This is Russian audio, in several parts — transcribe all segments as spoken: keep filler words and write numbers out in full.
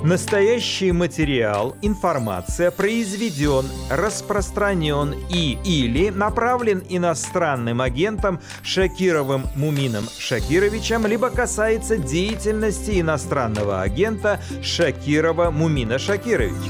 Настоящий материал, информация произведен, распространен и или направлен иностранным агентом Шакировым Мумином Шакировичем, либо касается деятельности иностранного агента Шакирова Мумина Шакировича.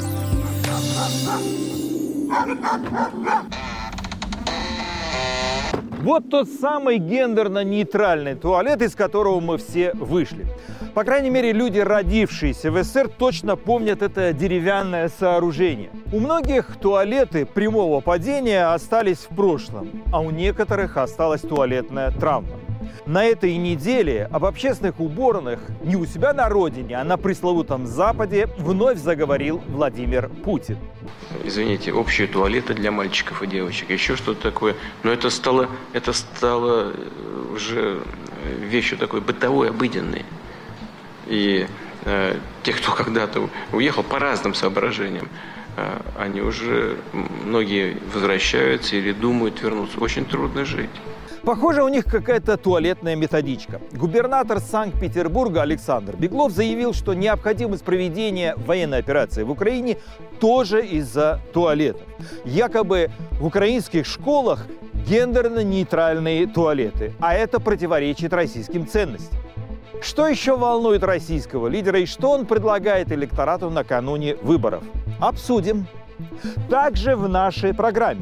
Вот тот самый гендерно-нейтральный туалет, из которого мы все вышли. По крайней мере, люди, родившиеся в СССР, точно помнят это деревянное сооружение. У многих туалеты прямого падения остались в прошлом, а у некоторых осталась туалетная травма. На этой неделе об общественных уборных не у себя на родине, а на пресловутом Западе вновь заговорил Владимир Путин. Извините, общие туалеты для мальчиков и девочек, еще что-то такое. Но это стало, это стало уже вещью такой бытовой, обыденной. И э, те, кто когда-то уехал по разным соображениям, э, они уже, многие возвращаются или думают вернуться. Очень трудно жить. Похоже, у них какая-то туалетная методичка. Губернатор Санкт-Петербурга Александр Беглов заявил, что необходимость проведения военной операции в Украине тоже из-за туалетов. Якобы в украинских школах гендерно-нейтральные туалеты, а это противоречит российским ценностям. Что еще волнует российского лидера и что он предлагает электорату накануне выборов? Обсудим. Также в нашей программе.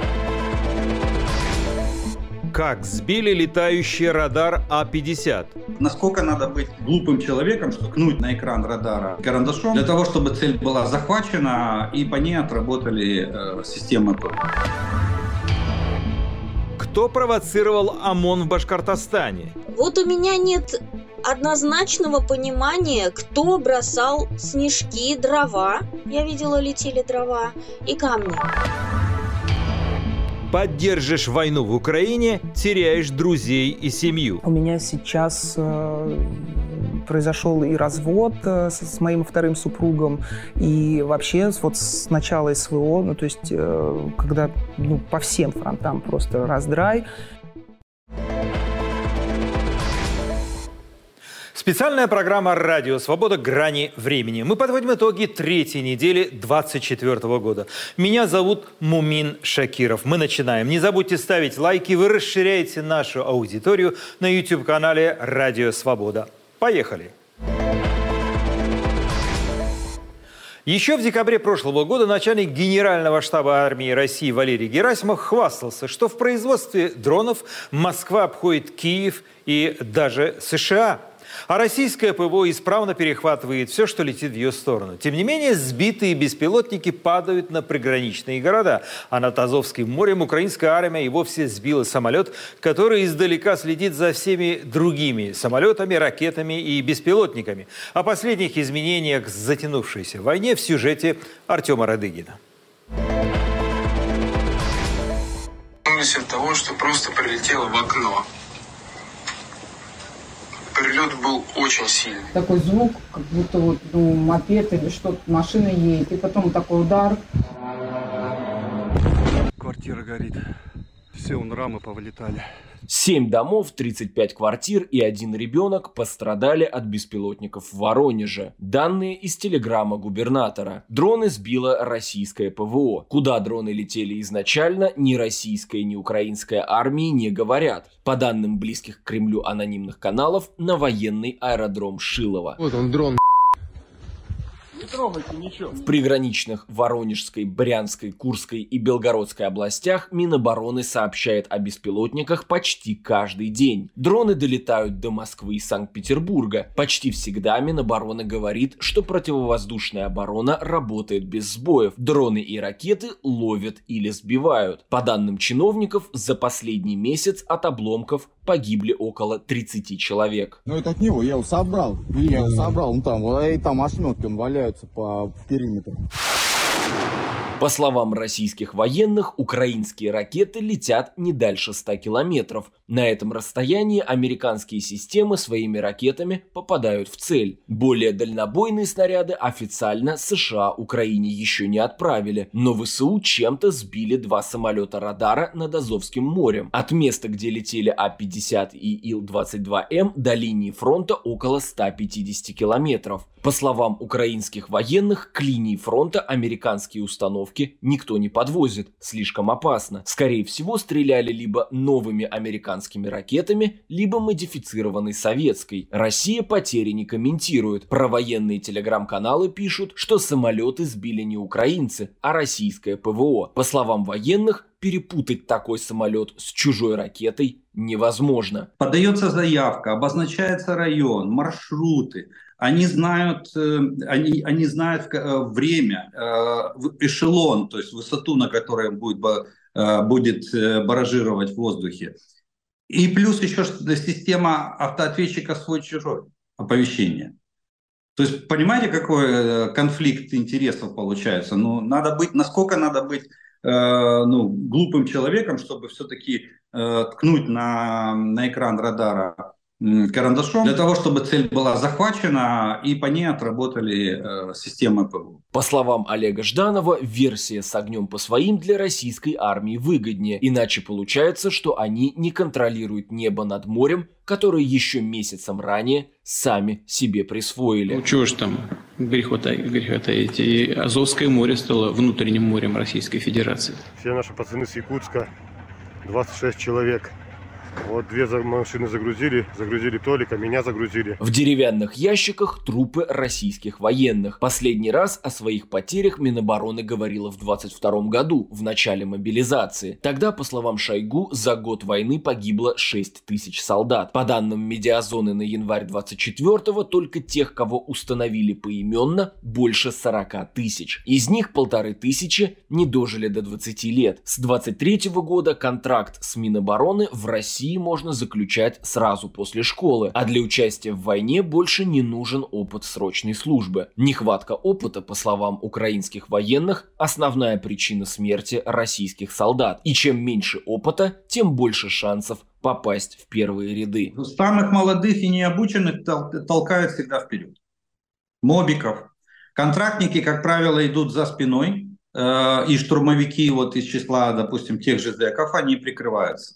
Как сбили летающий радар А пятьдесят? Насколько надо быть глупым человеком, чтобы ткнуть на экран радара карандашом, для того, чтобы цель была захвачена и по ней отработали э, системы ПВО. Кто провоцировал ОМОН в Башкортостане? Вот у меня нет однозначного понимания, кто бросал снежки, дрова. Я видела, летели дрова и камни. Поддержишь войну в Украине, теряешь друзей и семью. У меня сейчас э, произошел и развод э, с, с моим вторым супругом, и вообще вот с начала СВО, ну то есть э, когда ну, по всем фронтам просто раздрай. Специальная программа «Радио Свобода. Грани времени». Мы подводим итоги третьей недели двадцать четвёртого года. Меня зовут Мумин Шакиров. Мы начинаем. Не забудьте ставить лайки. Вы расширяете нашу аудиторию на YouTube-канале «Радио Свобода». Поехали! Еще в декабре прошлого года начальник Генерального штаба армии России Валерий Герасимов хвастался, что в производстве дронов Москва обходит Киев и даже США. А российское ПВО исправно перехватывает все, что летит в ее сторону. Тем не менее, сбитые беспилотники падают на приграничные города. А над Азовским морем украинская армия и вовсе сбила самолет, который издалека следит за всеми другими самолетами, ракетами и беспилотниками. О последних изменениях с затянувшейся войне в сюжете Артема Радыгина. Мысль того, что просто прилетело в окно. Прилет был очень сильный. Такой звук, как будто вот, ну, мопед или что-то, машина едет. И потом такой удар. Квартира горит. Все, вон рамы повылетали. Семь домов, тридцать пять квартир и один ребенок пострадали от беспилотников в Воронеже. Данные из телеграмма губернатора. Дроны сбило российское ПВО. Куда дроны летели изначально, ни российская, ни украинская армии не говорят. По данным близких к Кремлю анонимных каналов, на военный аэродром Шилово. Вот он, дрон. Не трогайте ничего. В приграничных Воронежской, Брянской, Курской и Белгородской областях Минобороны сообщает о беспилотниках почти каждый день. Дроны долетают до Москвы и Санкт-Петербурга. Почти всегда Минобороны говорит, что противовоздушная оборона работает без сбоев. Дроны и ракеты ловят или сбивают. По данным чиновников, за последний месяц от обломков погибли около тридцати человек. Ну это от него, я его собрал. Я его собрал, ну там, и там ошметки он валяются по периметру. По словам российских военных, украинские ракеты летят не дальше ста километров, На этом расстоянии американские системы своими ракетами попадают в цель. Более дальнобойные снаряды официально США Украине еще не отправили, но ВСУ чем-то сбили два самолета радара над Азовским морем. От места, где летели А пятьдесят и Ил двадцать два М, до линии фронта около ста пятидесяти километров. По словам украинских военных, к линии фронта американские установки никто не подвозит, слишком опасно. Скорее всего, стреляли либо новыми американскими ракетами, либо модифицированной советской. Россия потери не комментирует. Про военные телеграм-каналы пишут, что самолеты сбили не украинцы, а российское ПВО. По словам военных, перепутать такой самолет с чужой ракетой невозможно. Подается заявка, обозначается район, маршруты. Они знают, они, они знают время, эшелон, то есть высоту, на которой будет, будет баражировать в воздухе. И плюс еще система автоответчика свой-чужой, оповещения. То есть понимаете, какой конфликт интересов получается? Ну, надо быть, насколько надо быть ну, глупым человеком, чтобы все-таки ткнуть на, на экран радара карандашом, для того, чтобы цель была захвачена и по ней отработали э, системы ПВО. По словам Олега Жданова, версия с огнем по своим для российской армии выгоднее. Иначе получается, что они не контролируют небо над морем, которое еще месяцем ранее сами себе присвоили. Ну чего ж там греха таить. И Азовское море стало внутренним морем Российской Федерации. Все наши пацаны с Якутска, двадцать шесть человек. Вот две машины загрузили, загрузили Толика, меня загрузили. В деревянных ящиках трупы российских военных. Последний раз о своих потерях Минобороны говорила в двадцать втором году, в начале мобилизации. Тогда, по словам Шойгу, за год войны погибло шесть тысяч солдат. По данным Медиазоны на январь двадцать четвёртого, только тех, кого установили поименно, больше сорока тысяч. Из них полторы тысячи не дожили до двадцати лет. С двадцать третьего года контракт с Минобороны в России можно заключать сразу после школы, а для участия в войне больше не нужен опыт срочной службы. Нехватка опыта, по словам украинских военных, основная причина смерти российских солдат. И чем меньше опыта, тем больше шансов попасть в первые ряды. Самых молодых и необученных тол- толкают всегда вперед. Мобиков. Контрактники, как правило, идут за спиной, э- и штурмовики вот из числа, допустим, тех же зэков, они прикрываются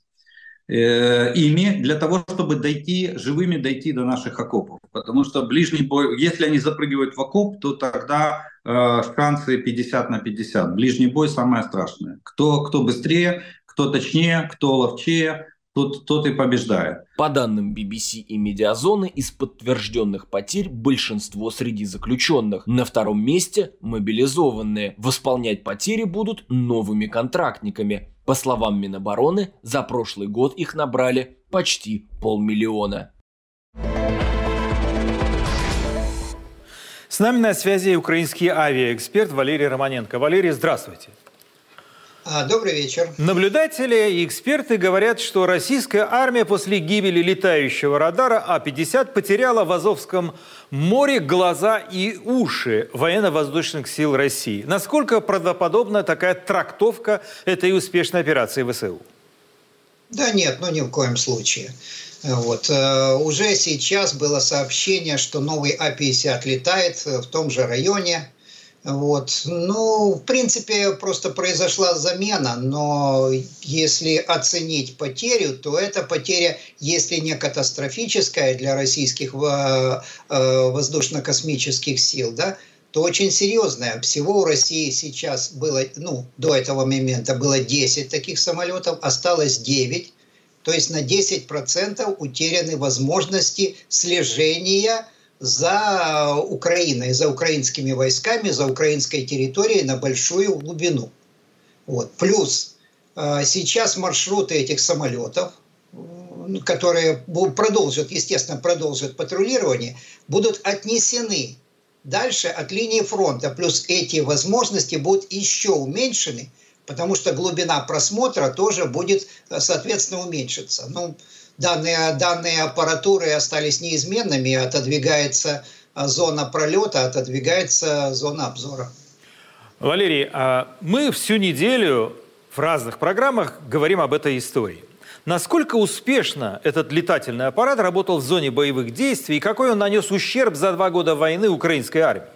ими для того, чтобы дойти, живыми дойти до наших окопов. Потому что ближний бой, если они запрыгивают в окоп, то тогда э, шансы пятьдесят на пятьдесят. Ближний бой самое страшное. Кто, кто быстрее, кто точнее, кто ловчее, тот, тот и побеждает. По данным би би си и Медиазоны, из подтвержденных потерь большинство среди заключенных. На втором месте мобилизованные. Восполнять потери будут новыми контрактниками. По словам Минобороны, за прошлый год их набрали почти полмиллиона. С нами на связи украинский авиаэксперт Валерий Романенко. Валерий, здравствуйте. Добрый вечер. Наблюдатели и эксперты говорят, что российская армия после гибели летающего радара А пятьдесят потеряла в Азовском море глаза и уши военно-воздушных сил России. Насколько правдоподобна такая трактовка этой успешной операции ВСУ? Да нет, ну ни в коем случае. Вот. Уже сейчас было сообщение, что новый А пятьдесят летает в том же районе. Вот. Ну, в принципе, просто произошла замена, но если оценить потерю, то эта потеря, если не катастрофическая для российских воздушно-космических сил, да, то очень серьезная. Всего у России сейчас было, ну, до этого момента было десять таких самолетов, осталось девять, то есть на десять процентов утеряны возможности слежения за Украиной, за украинскими войсками, за украинской территорией на большую глубину. Вот. Плюс сейчас маршруты этих самолетов, которые продолжат, естественно, продолжат патрулирование, будут отнесены дальше от линии фронта. Плюс эти возможности будут еще уменьшены, потому что глубина просмотра тоже будет, соответственно, уменьшиться. Ну, Данные, данные аппаратуры остались неизменными, отодвигается зона пролета, отодвигается зона обзора. Валерий, мы всю неделю в разных программах говорим об этой истории. Насколько успешно этот летательный аппарат работал в зоне боевых действий и какой он нанес ущерб за два года войны украинской армии?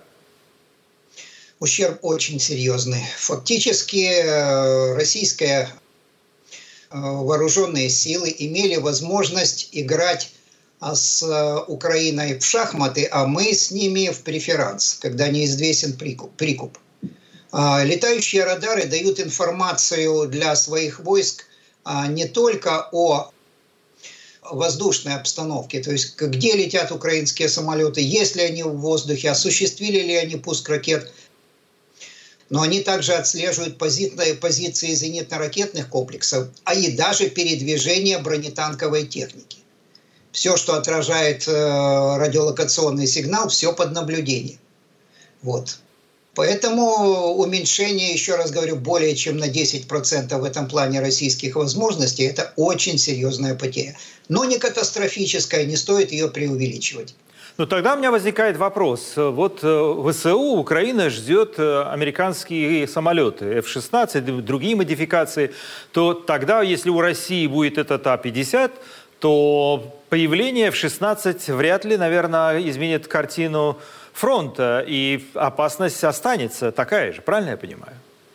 Ущерб очень серьезный. Фактически российские вооруженные силы имели возможность играть с Украиной в шахматы, а мы с ними в преферанс, когда неизвестен прикуп. Летающие радары дают информацию для своих войск не только о воздушной обстановке, то есть где летят украинские самолеты, есть ли они в воздухе, осуществили ли они пуск ракет, но они также отслеживают позиции, позиции зенитно-ракетных комплексов, а и даже передвижение бронетанковой техники. Все, что отражает э, радиолокационный сигнал, все под наблюдением. Вот. Поэтому уменьшение, еще раз говорю, более чем на десять процентов в этом плане российских возможностей – это очень серьезная потеря. Но не катастрофическая, не стоит ее преувеличивать. Ну тогда у меня возникает вопрос. Вот в ВСУ Украина ждет американские самолеты эф шестнадцать, другие модификации. То тогда, если у России будет этот А пятьдесят, то появление эф шестнадцать вряд ли, наверное, изменит картину фронта, и опасность останется такая же, правильно я понимаю?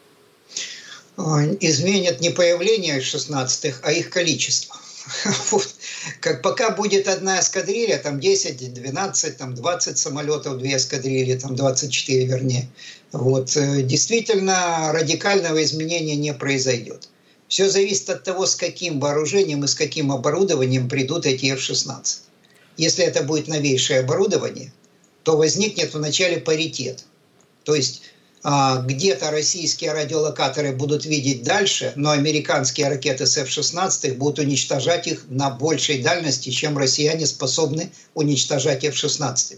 Изменит не появление эф шестнадцать, а их количество. Вот. Как пока будет одна эскадрилья, там десять, двенадцать, там двадцать самолетов, две эскадрильи, там двадцать четыре вернее. Вот. Действительно, радикального изменения не произойдет. Все зависит от того, с каким вооружением и с каким оборудованием придут эти эф шестнадцать. Если это будет новейшее оборудование, то возникнет вначале паритет. То есть где-то российские радиолокаторы будут видеть дальше, но американские ракеты с эф шестнадцать будут уничтожать их на большей дальности, чем россияне способны уничтожать эф шестнадцать.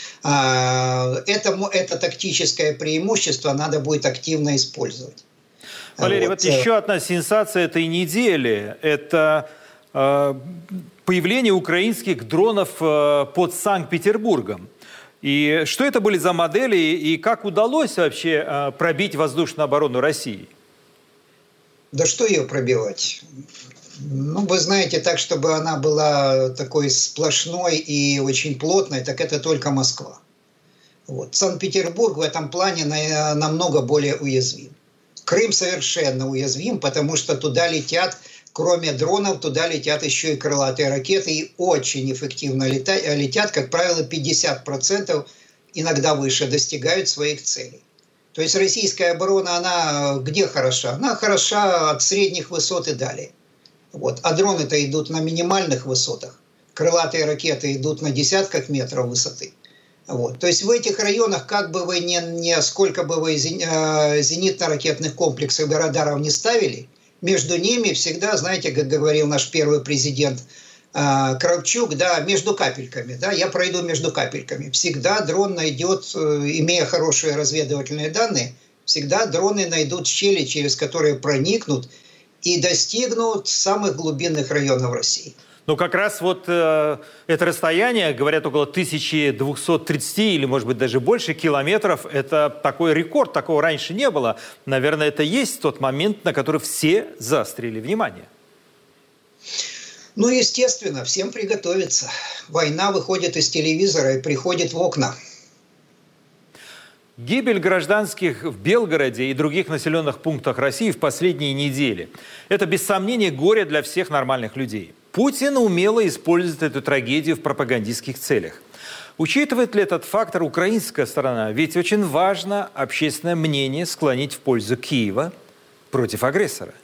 Это, это тактическое преимущество надо будет активно использовать. Валерий, вот, вот еще одна сенсация этой недели. Это э, появление украинских дронов э, под Санкт-Петербургом. И что это были за модели, и как удалось вообще э, пробить воздушную оборону России? Да что ее пробивать? Ну, вы знаете, так, чтобы она была такой сплошной и очень плотной, так это только Москва. Вот. Санкт-Петербург в этом плане на, намного более уязвим. Крым совершенно уязвим, потому что туда летят, кроме дронов, туда летят еще и крылатые ракеты, и очень эффективно летят, летят как правило, пятьдесят процентов, иногда выше, достигают своих целей. То есть российская оборона, она где хороша? Она хороша от средних высот и далее. Вот. А дроны-то идут на минимальных высотах, крылатые ракеты идут на десятках метров высоты. Вот. То есть в этих районах, как бы вы ни, ни сколько бы вы зенитно-ракетных комплексов и радаров не ставили, между ними всегда, знаете, как говорил наш первый президент э, Кравчук, да, между капельками, да, я пройду между капельками. Всегда дрон найдет, э, имея хорошие разведывательные данные, всегда дроны найдут щели, через которые проникнут и достигнут самых глубинных районов России. Ну, как раз вот э, это расстояние, говорят, около тысяча двести тридцать или, может быть, даже больше километров. Это такой рекорд, такого раньше не было. Наверное, это есть тот момент, на который все заострили внимание. Ну, естественно, всем приготовиться. Война выходит из телевизора и приходит в окна. Гибель гражданских в Белгороде и других населенных пунктах России в последние недели – это, без сомнения, горе для всех нормальных людей. Путин умело использует эту трагедию в пропагандистских целях. Учитывает ли этот фактор украинская сторона? Ведь очень важно общественное мнение склонить в пользу Киева против агрессора.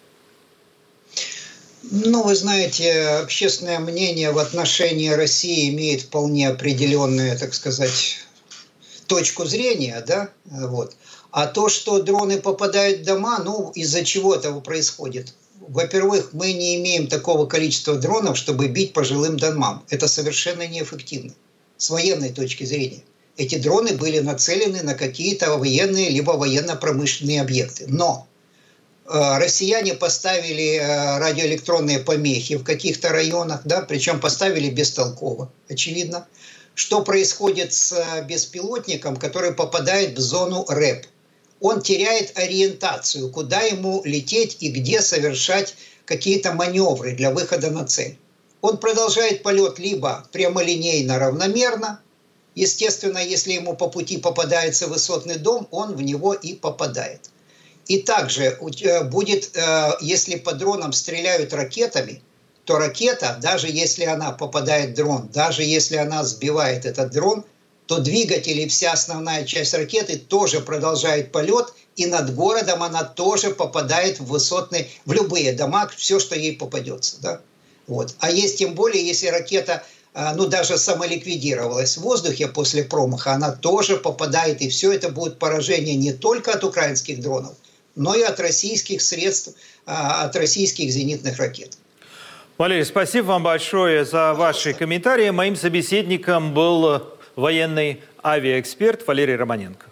Ну, вы знаете, общественное мнение в отношении России имеет вполне определенную, так сказать, точку зрения, да, вот. А то, что дроны попадают в дома, ну, из-за чего этого происходит? Во-первых, мы не имеем такого количества дронов, чтобы бить по жилым домам. Это совершенно неэффективно с военной точки зрения. Эти дроны были нацелены на какие-то военные либо военно-промышленные объекты. Но э, россияне поставили э, радиоэлектронные помехи в каких-то районах, да, причем поставили бестолково, очевидно. Что происходит с беспилотником, который попадает в зону РЭП? Он теряет ориентацию, куда ему лететь и где совершать какие-то маневры для выхода на цель. Он продолжает полет либо прямолинейно, равномерно. Естественно, если ему по пути попадается высотный дом, он в него и попадает. И также будет, если по дронам стреляют ракетами, то ракета, даже если она попадает в дрон, даже если она сбивает этот дрон, то двигатель и вся основная часть ракеты тоже продолжает полет, и над городом она тоже попадает в высотные, в любые дома, все, что ей попадется. Да? Вот. А есть тем более, если ракета, ну, даже самоликвидировалась в воздухе после промаха, она тоже попадает, и все это будет поражение не только от украинских дронов, но и от российских средств, от российских зенитных ракет. Валерий, спасибо вам большое за ваши комментарии. Моим собеседником был военный авиаэксперт Валерий Романенко.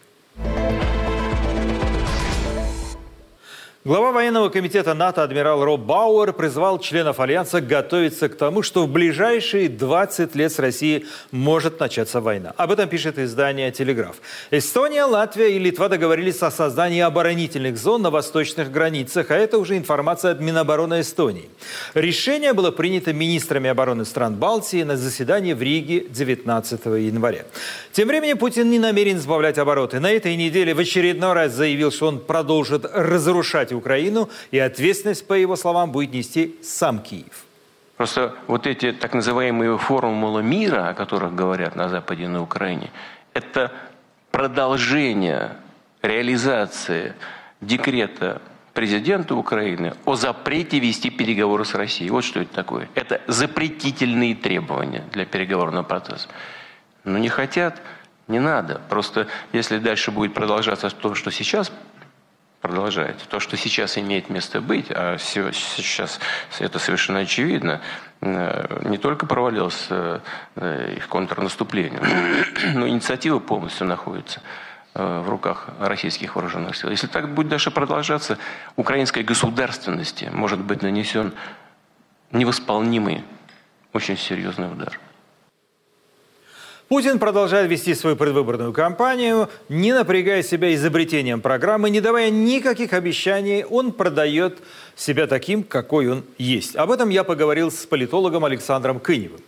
Глава военного комитета НАТО адмирал Роб Бауэр призвал членов Альянса готовиться к тому, что в ближайшие двадцать лет с Россией может начаться война. Об этом пишет издание «Телеграф». Эстония, Латвия и Литва договорились о создании оборонительных зон на восточных границах, а это уже информация от Минобороны Эстонии. Решение было принято министрами обороны стран Балтии на заседании в Риге девятнадцатого января. Тем временем Путин не намерен сбавлять обороты. На этой неделе в очередной раз заявил, что он продолжит разрушать Украину, и ответственность, по его словам, будет нести сам Киев. Просто вот эти так называемые формулы мира, о которых говорят на Западе и на Украине, это продолжение реализации декрета президента Украины о запрете вести переговоры с Россией. Вот что это такое. Это запретительные требования для переговорного процесса. Но не хотят, не надо. Просто если дальше будет продолжаться то, что сейчас продолжает. То, что сейчас имеет место быть, а сейчас это совершенно очевидно, не только провалилось их контрнаступление, но инициатива полностью находится в руках российских вооруженных сил. Если так будет дальше продолжаться, украинской государственности может быть нанесен невосполнимый, очень серьезный удар. Путин продолжает вести свою предвыборную кампанию, не напрягая себя изобретением программы, не давая никаких обещаний, он продает себя таким, какой он есть. Об этом я поговорил с политологом Александром Кыневым.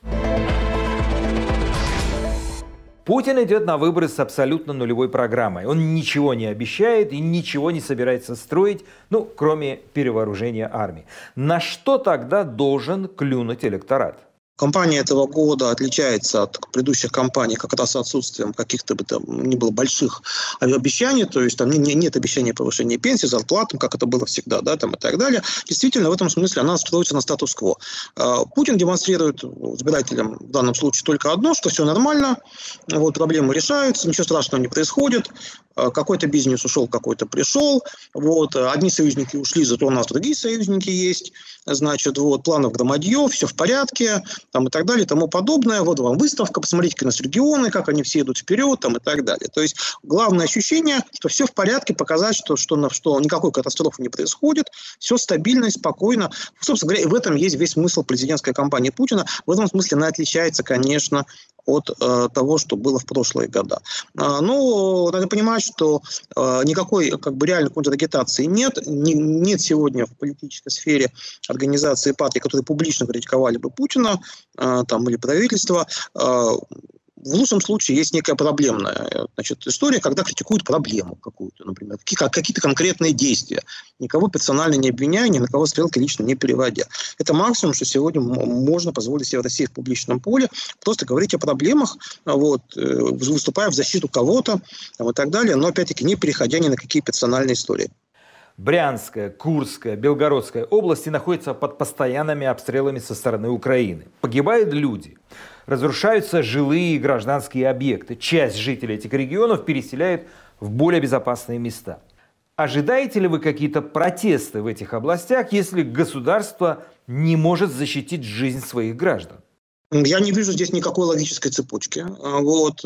Путин идет на выборы с абсолютно нулевой программой. Он ничего не обещает и ничего не собирается строить, ну, кроме перевооружения армии. На что тогда должен клюнуть электорат? Кампания этого года отличается от предыдущих кампаний как раз отсутствием каких-то бы там ни было больших обещаний, то есть там не, нет обещания повышения пенсии, зарплат, как это было всегда, да, там и так далее. Действительно, в этом смысле она строится на статус-кво. Путин демонстрирует избирателям в данном случае только одно, что все нормально, вот, проблемы решаются, ничего страшного не происходит, какой-то бизнес ушел, какой-то пришел, вот, одни союзники ушли, зато у нас другие союзники есть, значит, вот, планов громадье, все в порядке, там и так далее, и тому подобное. Вот вам выставка, посмотрите на регионы, как они все идут вперед, там и так далее. То есть главное ощущение, что все в порядке, показать, что, что, что никакой катастрофы не происходит, все стабильно и спокойно. Собственно говоря, в этом есть весь смысл президентской кампании Путина. В этом смысле она отличается, конечно, от э, того, что было в прошлые года. А, но надо понимать, что э, никакой как бы реальной контрагитации нет. Не, нет сегодня в политической сфере организации партий, которые публично критиковали бы Путина э, там, или правительство. Э, в лучшем случае есть некая проблемная, значит, история, когда критикуют проблему какую-то, например, какие-то конкретные действия, никого персонально не обвиняя, ни на кого стрелки лично не переводя. Это максимум, что сегодня можно позволить себе в России в публичном поле, просто говорить о проблемах, вот, выступая в защиту кого-то там, и так далее, но опять-таки не переходя ни на какие персональные истории. Брянская, Курская, Белгородская области находятся под постоянными обстрелами со стороны Украины. Погибают люди, разрушаются жилые и гражданские объекты. Часть жителей этих регионов переселяют в более безопасные места. Ожидаете ли вы какие-то протесты в этих областях, если государство не может защитить жизнь своих граждан? Я не вижу здесь никакой логической цепочки. Вот.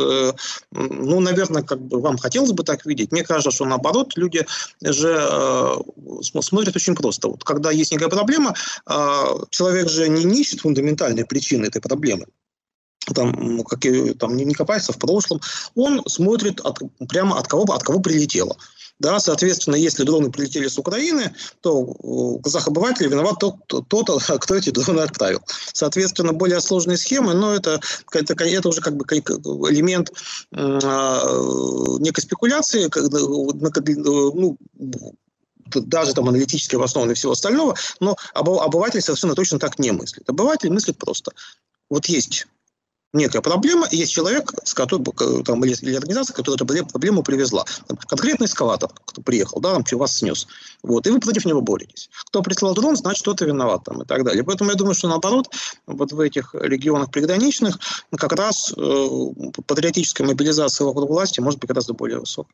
Ну, наверное, как бы вам хотелось бы так видеть. Мне кажется, что наоборот, люди же э, смотрят очень просто. Вот, когда есть некая проблема, э, человек же не ищет фундаментальные причины этой проблемы. Там, как, там не, не копается в прошлом. Он смотрит от, прямо от кого, от кого прилетело. Да, соответственно, если дроны прилетели с Украины, то в глазах обывателей виноват тот, тот, кто эти дроны отправил. Соответственно, более сложные схемы, но это, это, это уже как бы элемент э, некой спекуляции, ну, даже там аналитически обоснованный и всего остального, но обыватель совершенно точно так не мыслит. Обыватель мыслит просто. Вот есть некая проблема, и есть человек, с которым, там, или, или организация, которая эту проблему привезла. Там, конкретный эскалатор, кто приехал, да, там, вас снес. Вот, и вы против него боретесь. Кто прислал дрон, значит, кто-то виноват там, и так далее. Поэтому я думаю, что наоборот, вот в этих регионах приграничных как раз э, патриотическая мобилизация вокруг власти может быть гораздо более высокой.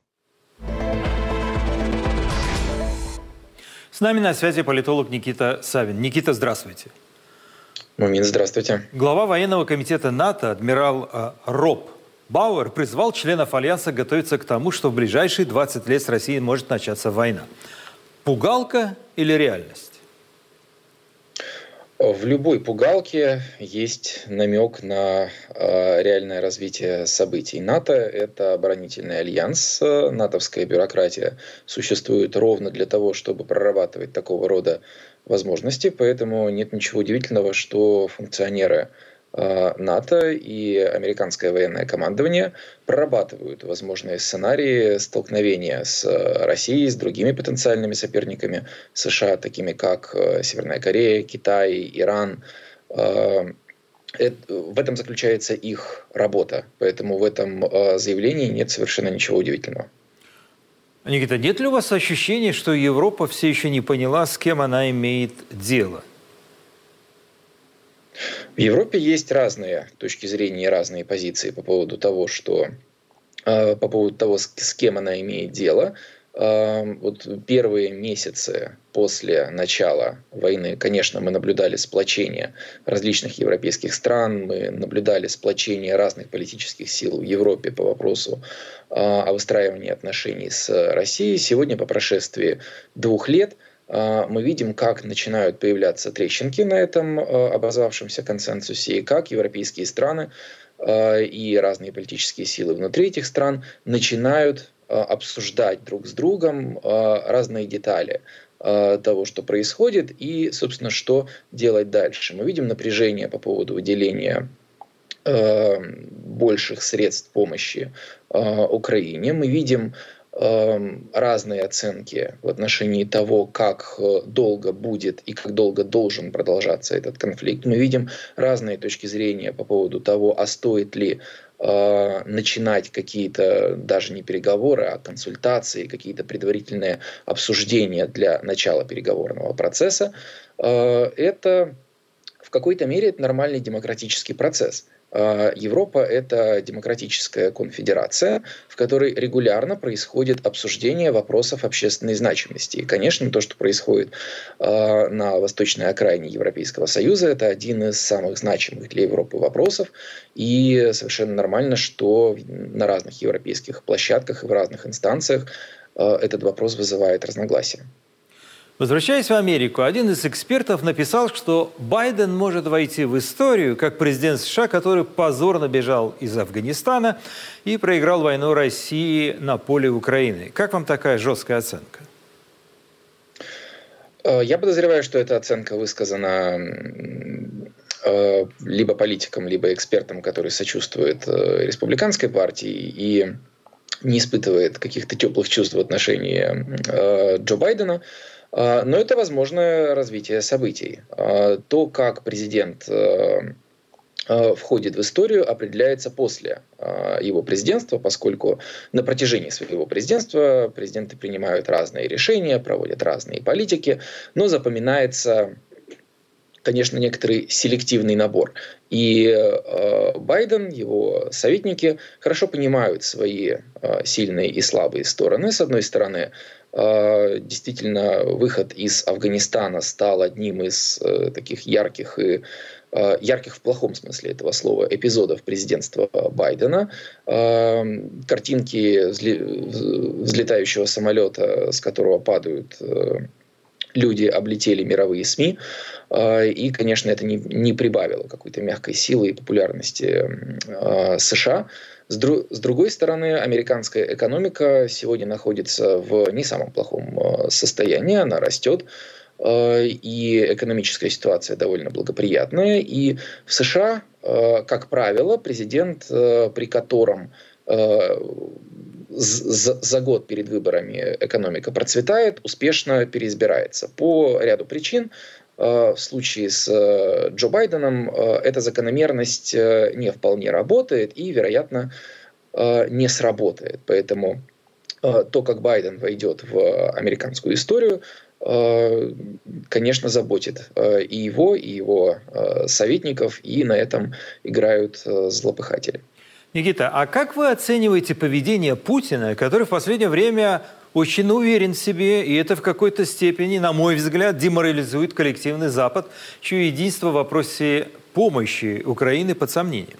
С нами на связи политолог Никита Савин. Никита, здравствуйте. Момент, здравствуйте. Глава военного комитета НАТО адмирал э, Роб Бауэр призвал членов Альянса готовиться к тому, что в ближайшие двадцать лет с Россией может начаться война. Пугалка или реальность? В любой пугалке есть намек на э, реальное развитие событий. НАТО – это оборонительный альянс, натовская бюрократия существует ровно для того, чтобы прорабатывать такого рода возможности, поэтому нет ничего удивительного, что функционеры э, НАТО и американское военное командование прорабатывают возможные сценарии столкновения с Россией, с другими потенциальными соперниками США, такими как Северная Корея, Китай, Иран. Э, в этом заключается их работа, поэтому в этом э, заявлении нет совершенно ничего удивительного. Никита, нет ли у вас ощущения, что Европа все еще не поняла, с кем она имеет дело? В Европе есть разные точки зрения и разные позиции по поводу того, что, по поводу того, с кем она имеет дело. Вот первые месяцы после начала войны, конечно, мы наблюдали сплочение различных европейских стран, мы наблюдали сплочение разных политических сил в Европе по вопросу о выстраивании отношений с Россией. Сегодня, по прошествии двух лет, мы видим, как начинают появляться трещинки на этом образовавшемся консенсусе, и как европейские страны и разные политические силы внутри этих стран начинают обсуждать друг с другом разные детали того, что происходит, и, собственно, что делать дальше. Мы видим напряжение по поводу выделения больших средств помощи Украине. Мы видим разные оценки в отношении того, как долго будет и как долго должен продолжаться этот конфликт. Мы видим разные точки зрения по поводу того, а стоит ли э, начинать какие-то даже не переговоры, а консультации, какие-то предварительные обсуждения для начала переговорного процесса. Э, это в какой-то мере это нормальный демократический процесс. Европа – это демократическая конфедерация, в которой регулярно происходит обсуждение вопросов общественной значимости. И, конечно, то, что происходит на восточной окраине Европейского Союза, это один из самых значимых для Европы вопросов. И совершенно нормально, что на разных европейских площадках и в разных инстанциях этот вопрос вызывает разногласия. Возвращаясь в Америку, один из экспертов написал, что Байден может войти в историю как президент США, который позорно бежал из Афганистана и проиграл войну России на поле Украины. Как вам такая жесткая оценка? Я подозреваю, что эта оценка высказана либо политиком, либо экспертом, который сочувствует республиканской партии и не испытывает каких-то теплых чувств в отношении Джо Байдена. Но это возможное развитие событий. То, как президент входит в историю, определяется после его президентства, поскольку на протяжении своего президентства президенты принимают разные решения, проводят разные политики, но запоминается, конечно, некоторый селективный набор. И э, Байден, его советники хорошо понимают свои э, сильные и слабые стороны. С одной стороны, э, действительно, выход из Афганистана стал одним из э, таких ярких и э, ярких в плохом смысле этого слова эпизодов президентства Байдена. Э, картинки взлетающего самолета, с которого падают э, люди облетели мировые СМИ, и, конечно, это не, не прибавило какой-то мягкой силы и популярности США. С, дру, с другой стороны, американская экономика сегодня находится в не самом плохом состоянии, она растет, и экономическая ситуация довольно благоприятная. И в США, как правило, президент, при котором за год перед выборами экономика процветает, успешно переизбирается. По ряду причин. В случае с Джо Байденом эта закономерность не вполне работает и, вероятно, не сработает. Поэтому то, как Байден войдет в американскую историю, конечно, заботит и его, и его советников, и на этом играют злопыхатели. Никита, а как вы оцениваете поведение Путина, который в последнее время очень уверен в себе, и это в какой-то степени, на мой взгляд, деморализует коллективный Запад, чье единство в вопросе помощи Украины под сомнением?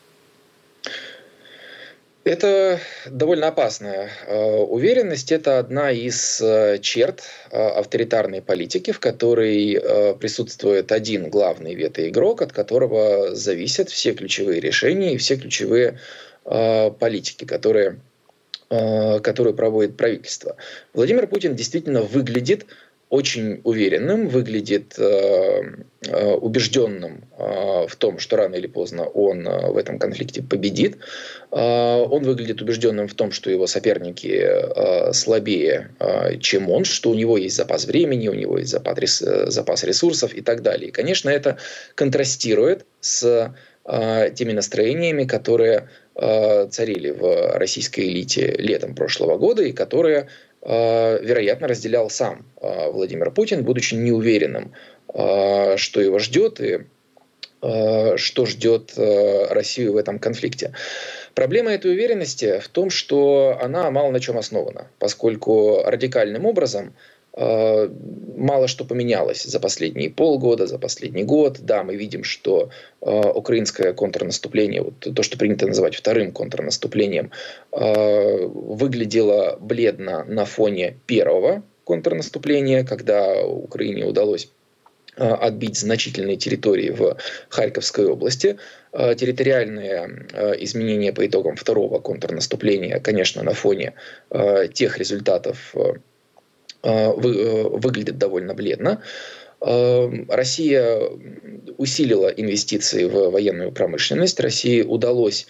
Это довольно опасная э, уверенность. Это одна из э, черт э, авторитарной политики, в которой э, присутствует один главный ветоигрок, от которого зависят все ключевые решения и все ключевые э, политики, которые, э, которые проводит правительство. Владимир Путин действительно выглядит очень уверенным, выглядит э, э, убежденным э, в том, что рано или поздно он э, в этом конфликте победит. Э, он выглядит убежденным в том, что его соперники э, слабее, э, чем он, что у него есть запас времени, у него есть запас, э, запас ресурсов и так далее. И, конечно, это контрастирует с э, теми настроениями, которые э, царили в российской элите летом прошлого года и которые вероятно, разделял сам Владимир Путин, будучи неуверенным, что его ждет и что ждет Россию в этом конфликте. Проблема этой уверенности в том, что она мало на чем основана, поскольку радикальным образом мало что поменялось за последние полгода, за последний год. Да, мы видим, что э, украинское контрнаступление, вот то, что принято называть вторым контрнаступлением, э, выглядело бледно на фоне первого контрнаступления, когда Украине удалось э, отбить значительные территории в Харьковской области. Э, территориальные э, изменения по итогам второго контрнаступления, конечно, на фоне э, тех результатов, э, выглядит довольно бледно. Россия усилила инвестиции в военную промышленность. России удалось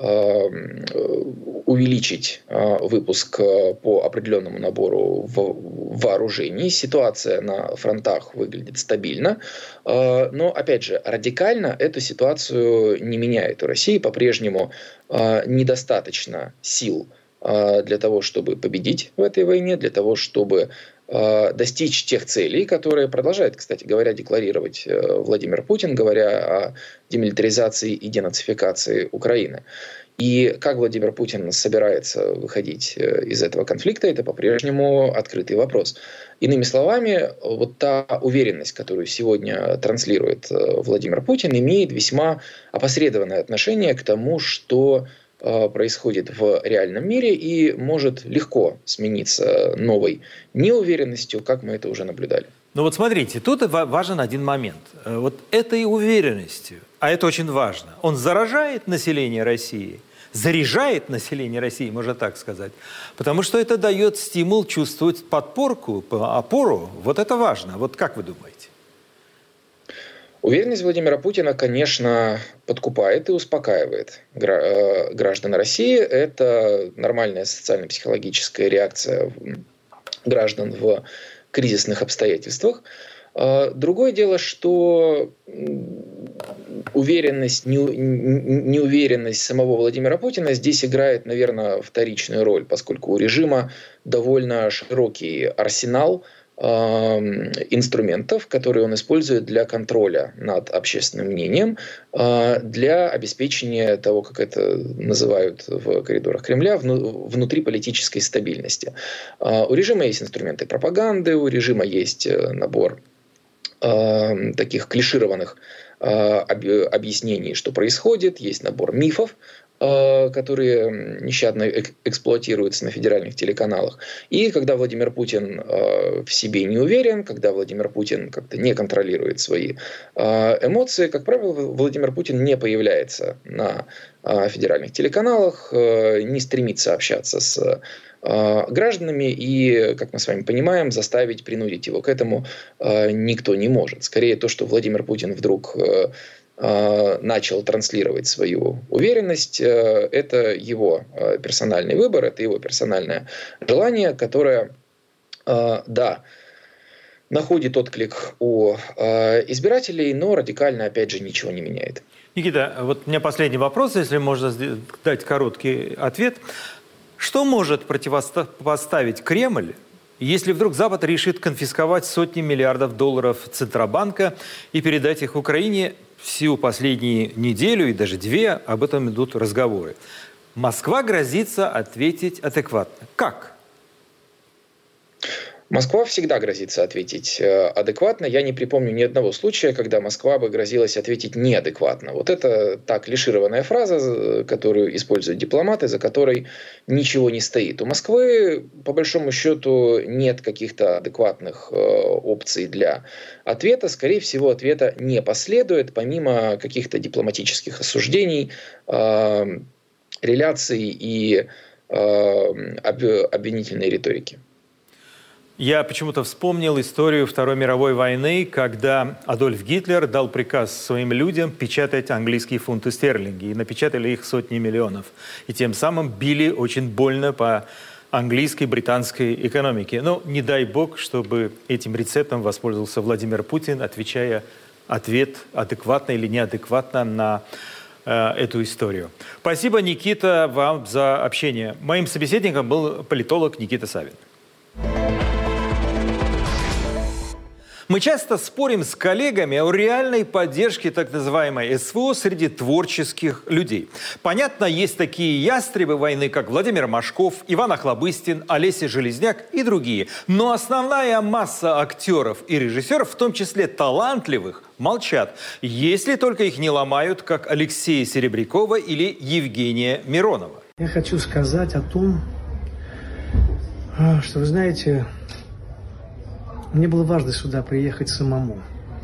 увеличить выпуск по определенному набору вооружений. Ситуация на фронтах выглядит стабильно. Но, опять же, радикально эту ситуацию не меняет. У России по-прежнему недостаточно сил для того, чтобы победить в этой войне, для того, чтобы э, достичь тех целей, которые продолжает, кстати говоря, декларировать э, Владимир Путин, говоря о демилитаризации и денацификации Украины. И как Владимир Путин собирается выходить э, из этого конфликта, это по-прежнему открытый вопрос. Иными словами, вот та уверенность, которую сегодня транслирует э, Владимир Путин, имеет весьма опосредованное отношение к тому, что происходит в реальном мире и может легко смениться новой неуверенностью, как мы это уже наблюдали. Ну вот смотрите, тут важен один момент. Вот этой уверенностью, а это очень важно, он заражает население России, заряжает население России, можно так сказать, потому что это дает стимул чувствовать подпорку, опору. Вот это важно. Вот как вы думаете? Уверенность Владимира Путина, конечно, подкупает и успокаивает граждан России. Это нормальная социально-психологическая реакция граждан в кризисных обстоятельствах. Другое дело, что уверенность, неуверенность самого Владимира Путина здесь играет, наверное, вторичную роль, поскольку у режима довольно широкий арсенал инструментов, которые он использует для контроля над общественным мнением, для обеспечения того, как это называют в коридорах Кремля, внутриполитической стабильности. У режима есть инструменты пропаганды, у режима есть набор таких клишированных объяснений, что происходит, есть набор мифов, которые нещадно эксплуатируются на федеральных телеканалах. И когда Владимир Путин в себе не уверен, когда Владимир Путин как-то не контролирует свои эмоции, как правило, Владимир Путин не появляется на федеральных телеканалах, не стремится общаться с гражданами, и, как мы с вами понимаем, заставить, принудить его к этому никто не может. Скорее, то, что Владимир Путин вдруг начал транслировать свою уверенность, это его персональный выбор, это его персональное желание, которое, да, находит отклик у избирателей, но радикально, опять же, ничего не меняет. Никита, вот у меня последний вопрос, если можно дать короткий ответ. Что может противопоставить Кремль, если вдруг Запад решит конфисковать сотни миллиардов долларов Центробанка и передать их Украине? Всю последнюю неделю и даже две об этом идут разговоры. Москва грозится ответить адекватно. Как? Москва всегда грозится ответить адекватно. Я не припомню ни одного случая, когда Москва бы грозилась ответить неадекватно. Вот это та клишированная фраза, которую используют дипломаты, за которой ничего не стоит. У Москвы, по большому счету, нет каких-то адекватных опций для ответа. Скорее всего, ответа не последует, помимо каких-то дипломатических осуждений, реляций и обвинительной риторики. Я почему-то вспомнил историю Второй мировой войны, когда Адольф Гитлер дал приказ своим людям печатать английские фунты стерлинги. И напечатали их сотни миллионов. И тем самым били очень больно по английской, британской экономике. Но не дай бог, чтобы этим рецептом воспользовался Владимир Путин, отвечая ответ адекватно или неадекватно на э, эту историю. Спасибо, Никита, вам за общение. Моим собеседником был политолог Никита Савин. Мы часто спорим с коллегами о реальной поддержке так называемой СВО среди творческих людей. Понятно, есть такие ястребы войны, как Владимир Машков, Иван Охлобыстин, Олеся Железняк и другие. Но основная масса актеров и режиссеров, в том числе талантливых, молчат, если только их не ломают, как Алексея Серебрякова или Евгения Миронова. Я хочу сказать о том, что, вы знаете, мне было важно сюда приехать самому.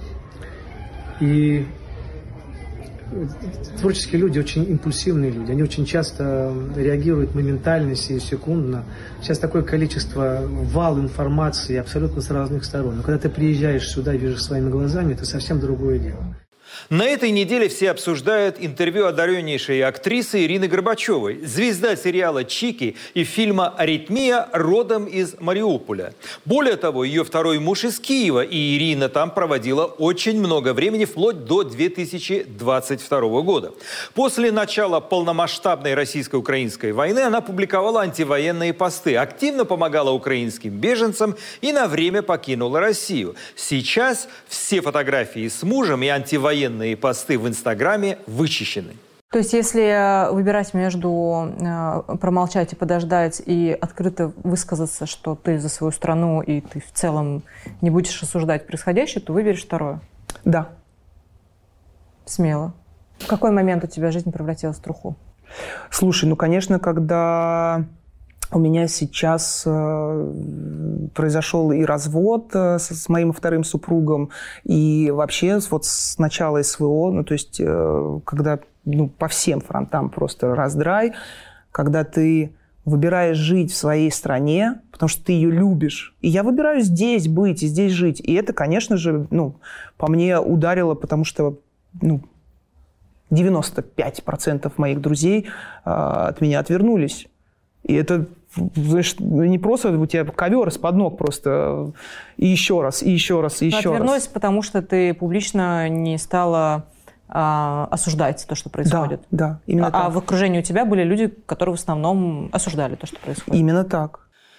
И творческие люди очень импульсивные люди. Они очень часто реагируют моментально, секундно. Сейчас такое количество, вал информации абсолютно с разных сторон. Но когда ты приезжаешь сюда и видишь своими глазами, это совсем другое дело. На этой неделе все обсуждают интервью одареннейшей актрисы Ирины Горбачевой, звезда сериала «Чики» и фильма «Аритмия», родом из Мариуполя. Более того, ее второй муж из Киева, и Ирина там проводила очень много времени, вплоть до две тысячи двадцать второго года. После начала полномасштабной российско-украинской войны она публиковала антивоенные посты, активно помогала украинским беженцам и на время покинула Россию. Сейчас все фотографии с мужем и антивоенные посты в Инстаграме вычищены. То есть если выбирать между э, промолчать и подождать и открыто высказаться, что ты за свою страну и ты в целом не будешь осуждать происходящее, то выберешь второе? Да. Смело. В какой момент у тебя жизнь превратилась в труху? Слушай, ну, конечно, когда у меня сейчас э, произошел и развод э, с, с моим вторым супругом, и вообще вот с начала СВО, ну, то есть э, когда ну, по всем фронтам просто раздрай, когда ты выбираешь жить в своей стране, потому что ты ее любишь. И я выбираю здесь быть и здесь жить. И это, конечно же, ну, по мне ударило, потому что ну, девяносто пять процентов моих друзей э, от меня отвернулись. И это, знаешь, не просто у тебя ковер из-под ног просто и еще раз, и еще раз, и еще Отвернулась, раз. Отвернулась, потому что ты публично не стала а, осуждать то, что происходит. Да, да, именно а, так. А в окружении у тебя были люди, которые в основном осуждали то, что происходит. Именно так.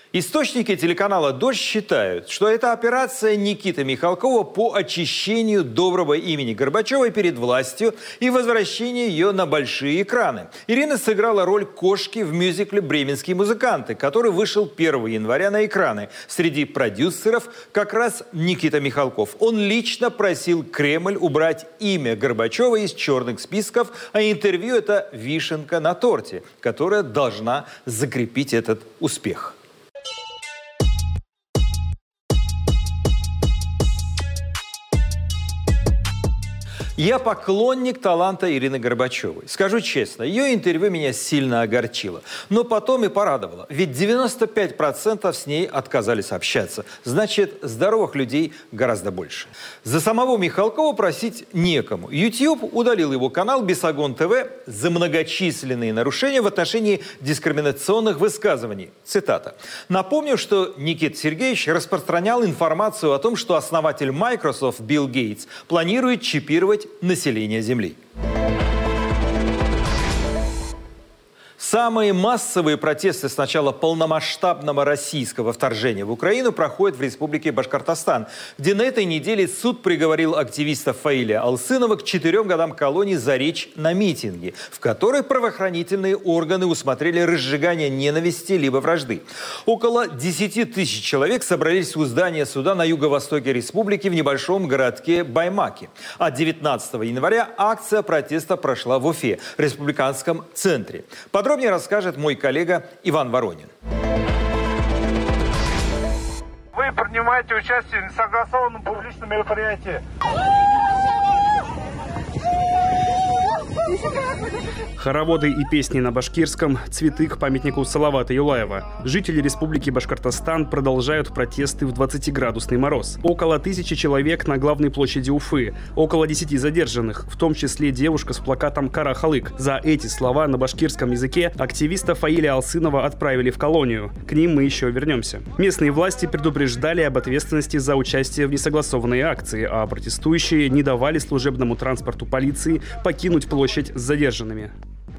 Источники телеканала «Дождь» считают, что это операция Никиты Михалкова по очищению доброго имени Горбачевой перед властью и возвращению ее на большие экраны. Ирина сыграла роль кошки в мюзикле «Бременские музыканты», который вышел первого января на экраны. Среди продюсеров как раз Никита Михалков. Он лично просил Кремль убрать имя Горбачева из черных списков, а интервью – это вишенка на торте, которая должна закрепить этот успех. Я поклонник таланта Ирины Горбачевой. Скажу честно, ее интервью меня сильно огорчило. Но потом и порадовало. Ведь девяносто пять процентов с ней отказались общаться. Значит, здоровых людей гораздо больше. За самого Михалкова просить некому. YouTube удалил его канал «Бесогон ТВ» за многочисленные нарушения в отношении дискриминационных высказываний. Цитата. Напомню, что Никита Сергеевич распространял информацию о том, что основатель Microsoft Билл Гейтс планирует чипировать населения Земли. Самые массовые протесты с начала полномасштабного российского вторжения в Украину проходят в Республике Башкортостан, где на этой неделе суд приговорил активиста Фаиля Алсынова к четырем годам колонии за речь на митинге, в которой правоохранительные органы усмотрели разжигание ненависти либо вражды. Около десяти тысяч человек собрались у здания суда на юго-востоке республики в небольшом городке Баймаке. А девятнадцатого января акция протеста прошла в Уфе, республиканском центре. Подробнее расскажет мой коллега Иван Воронин. Вы принимаете участие в несогласованном публичном мероприятии. Хороводы и песни на башкирском, цветы к памятнику Салавата Юлаева. Жители Республики Башкортостан продолжают протесты в двадцатиградусный мороз. Около тысячи человек на главной площади Уфы. Около десяти задержанных, в том числе девушка с плакатом «Кара Халык». За эти слова на башкирском языке активиста Фаиля Алсынова отправили в колонию. К ним мы еще вернемся. Местные власти предупреждали об ответственности за участие в несогласованной акции, а протестующие не давали служебному транспорту полиции покинуть площадь с задержанными.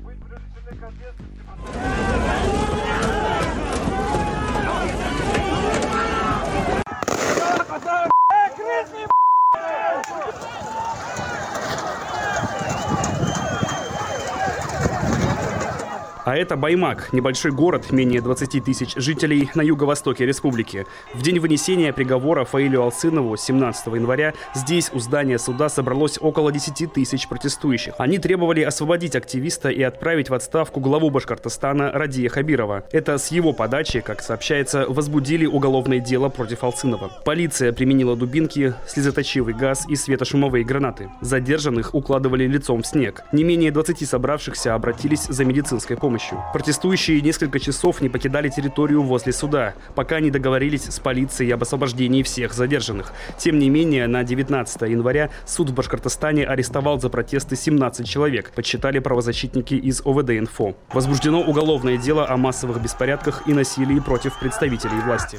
А это Баймак, небольшой город, менее двадцати тысяч жителей на юго-востоке республики. В день вынесения приговора Фаилю Алсынову семнадцатого января здесь у здания суда собралось около десяти тысяч протестующих. Они требовали освободить активиста и отправить в отставку главу Башкортостана Радия Хабирова. Это с его подачи, как сообщается, возбудили уголовное дело против Алсынова. Полиция применила дубинки, слезоточивый газ и светошумовые гранаты. Задержанных укладывали лицом в снег. Не менее двадцати собравшихся обратились за медицинской помощью. Протестующие несколько часов не покидали территорию возле суда, пока не договорились с полицией об освобождении всех задержанных. Тем не менее, на девятнадцатого января суд в Башкортостане арестовал за протесты семнадцать человек, подсчитали правозащитники из О В Д Инфо. Возбуждено уголовное дело о массовых беспорядках и насилии против представителей власти.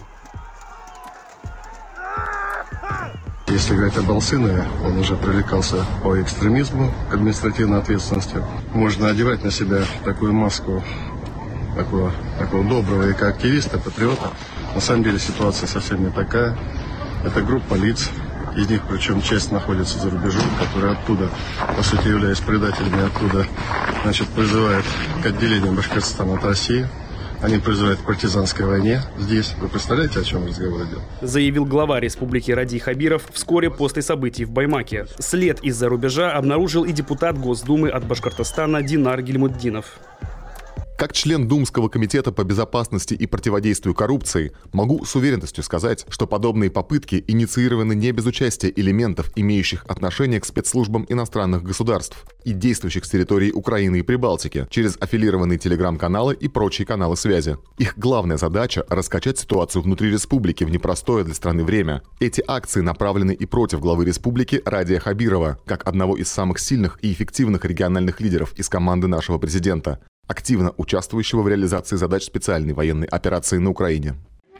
Если говорить об Алсынове, он уже привлекался по экстремизму, административной ответственности. Можно одевать на себя такую маску такого, такого доброго экоактивиста, патриота. На самом деле ситуация совсем не такая. Это группа лиц, из них причем часть находится за рубежом, которые оттуда, по сути, являясь предателями, оттуда, значит, призывают к отделению Башкортостана от России. Они призывают к партизанской войне здесь. Вы представляете, о чем разговор идет? Заявил глава республики Радий Хабиров вскоре после событий в Баймаке. След из-за рубежа обнаружил и депутат Госдумы от Башкортостана Динар Гильмутдинов. Как член Думского комитета по безопасности и противодействию коррупции, могу с уверенностью сказать, что подобные попытки инициированы не без участия элементов, имеющих отношение к спецслужбам иностранных государств и действующих с территории Украины и Прибалтики через аффилированные телеграм-каналы и прочие каналы связи. Их главная задача – раскачать ситуацию внутри республики в непростое для страны время. Эти акции направлены и против главы республики Радия Хабирова, как одного из самых сильных и эффективных региональных лидеров из команды нашего президента, активно участвующего в реализации задач специальной военной операции на Украине.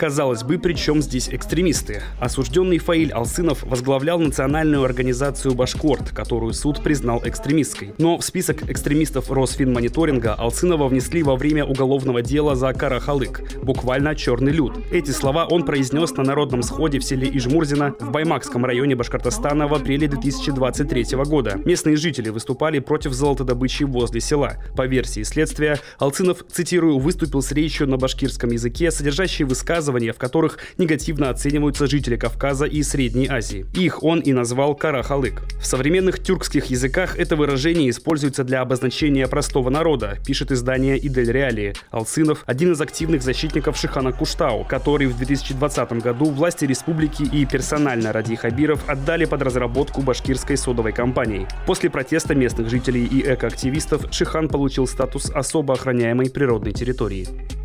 Казалось бы, при чем здесь экстремисты? Осужденный Фаиль Алсынов возглавлял национальную организацию «Башкорт», которую суд признал экстремистской. Но в список экстремистов Росфинмониторинга Алсынова внесли во время уголовного дела за Карахалык, буквально «черный люд». Эти слова он произнес на народном сходе в селе Ижмурзино в Баймакском районе Башкортостана в апреле две тысячи двадцать третьего года. Местные жители выступали против золотодобычи возле села. По версии следствия, Алсынов, цитирую, выступил с речью на башкирском языке, содержащей высказывания, в которых негативно оцениваются жители Кавказа и Средней Азии. Их он и назвал Карахалык. В современных тюркских языках это выражение используется для обозначения простого народа, пишет издание «Идель Реалии». Алсынов – один из активных защитников Шихана Куштау, который в две тысячи двадцатом году власти республики и персонально Ради Хабиров отдали под разработку башкирской содовой компании. После протеста местных жителей и экоактивистов Шихан получил статус особо охраняемой природной территории.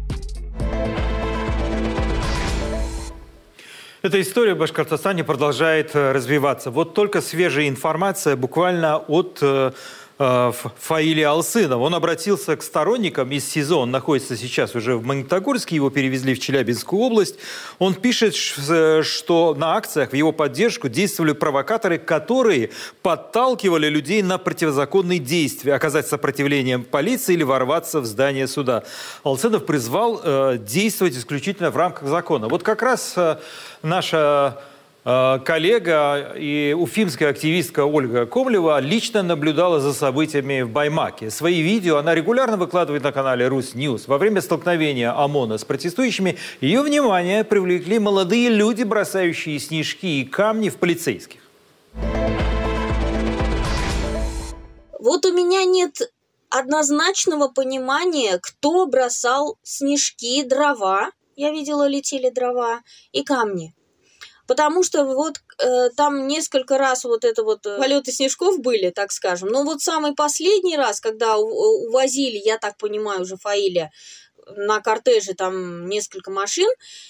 Эта история в Башкортостане продолжает развиваться. Вот только свежая информация буквально от э, э, Фаиля Алсынова. Он обратился к сторонникам из СИЗО. Он находится сейчас уже в Магнитогорске. Его перевезли в Челябинскую область. Он пишет, что на акциях в его поддержку действовали провокаторы, которые подталкивали людей на противозаконные действия, оказать сопротивление полиции или ворваться в здание суда. Алсынов призвал э, действовать исключительно в рамках закона. Вот как раз э, наша э, коллега и уфимская активистка Ольга Комлева лично наблюдала за событиями в Баймаке. Свои видео она регулярно выкладывает на канале Русньюз. Во время столкновения ОМОНа с протестующими ее внимание привлекли молодые люди, бросающие снежки и камни в полицейских. Вот у меня нет однозначного понимания, кто бросал снежки, дрова. Я видела, летели дрова и камни. Потому что вот э, там несколько раз вот это вот полеты снежков были, так скажем. Но вот самый последний раз, когда у- увозили, я так понимаю, уже Фаиля на кортеже там несколько машин,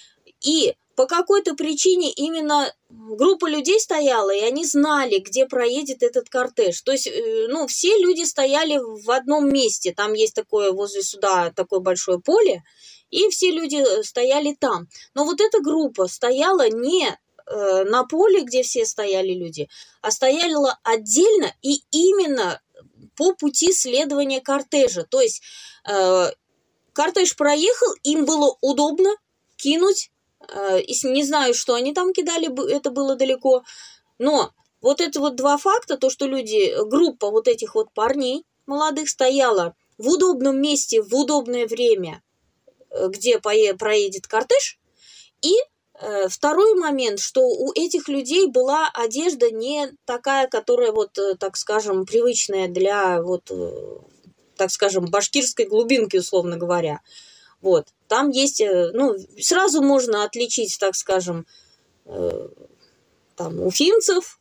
и по какой-то причине именно группа людей стояла, и они знали, где проедет этот кортеж. То есть, э, ну, все люди стояли в одном месте. Там есть такое возле суда такое большое поле, и все люди стояли там. Но вот эта группа стояла не э, на поле, где все стояли люди, а стояла отдельно и именно по пути следования кортежа. То есть э, кортеж проехал, им было удобно кинуть. Э, не знаю, что они там кидали, это было далеко. Но вот это вот два факта, то, что люди, группа вот этих вот парней молодых стояла в удобном месте, в удобное время, где проедет кортеж. И э, второй момент, что у этих людей была одежда не такая, которая вот, э, так скажем, привычная для вот, э, так скажем, башкирской глубинки, условно говоря. Вот. Там есть, э, ну, сразу можно отличить, так скажем, э, там, уфимцев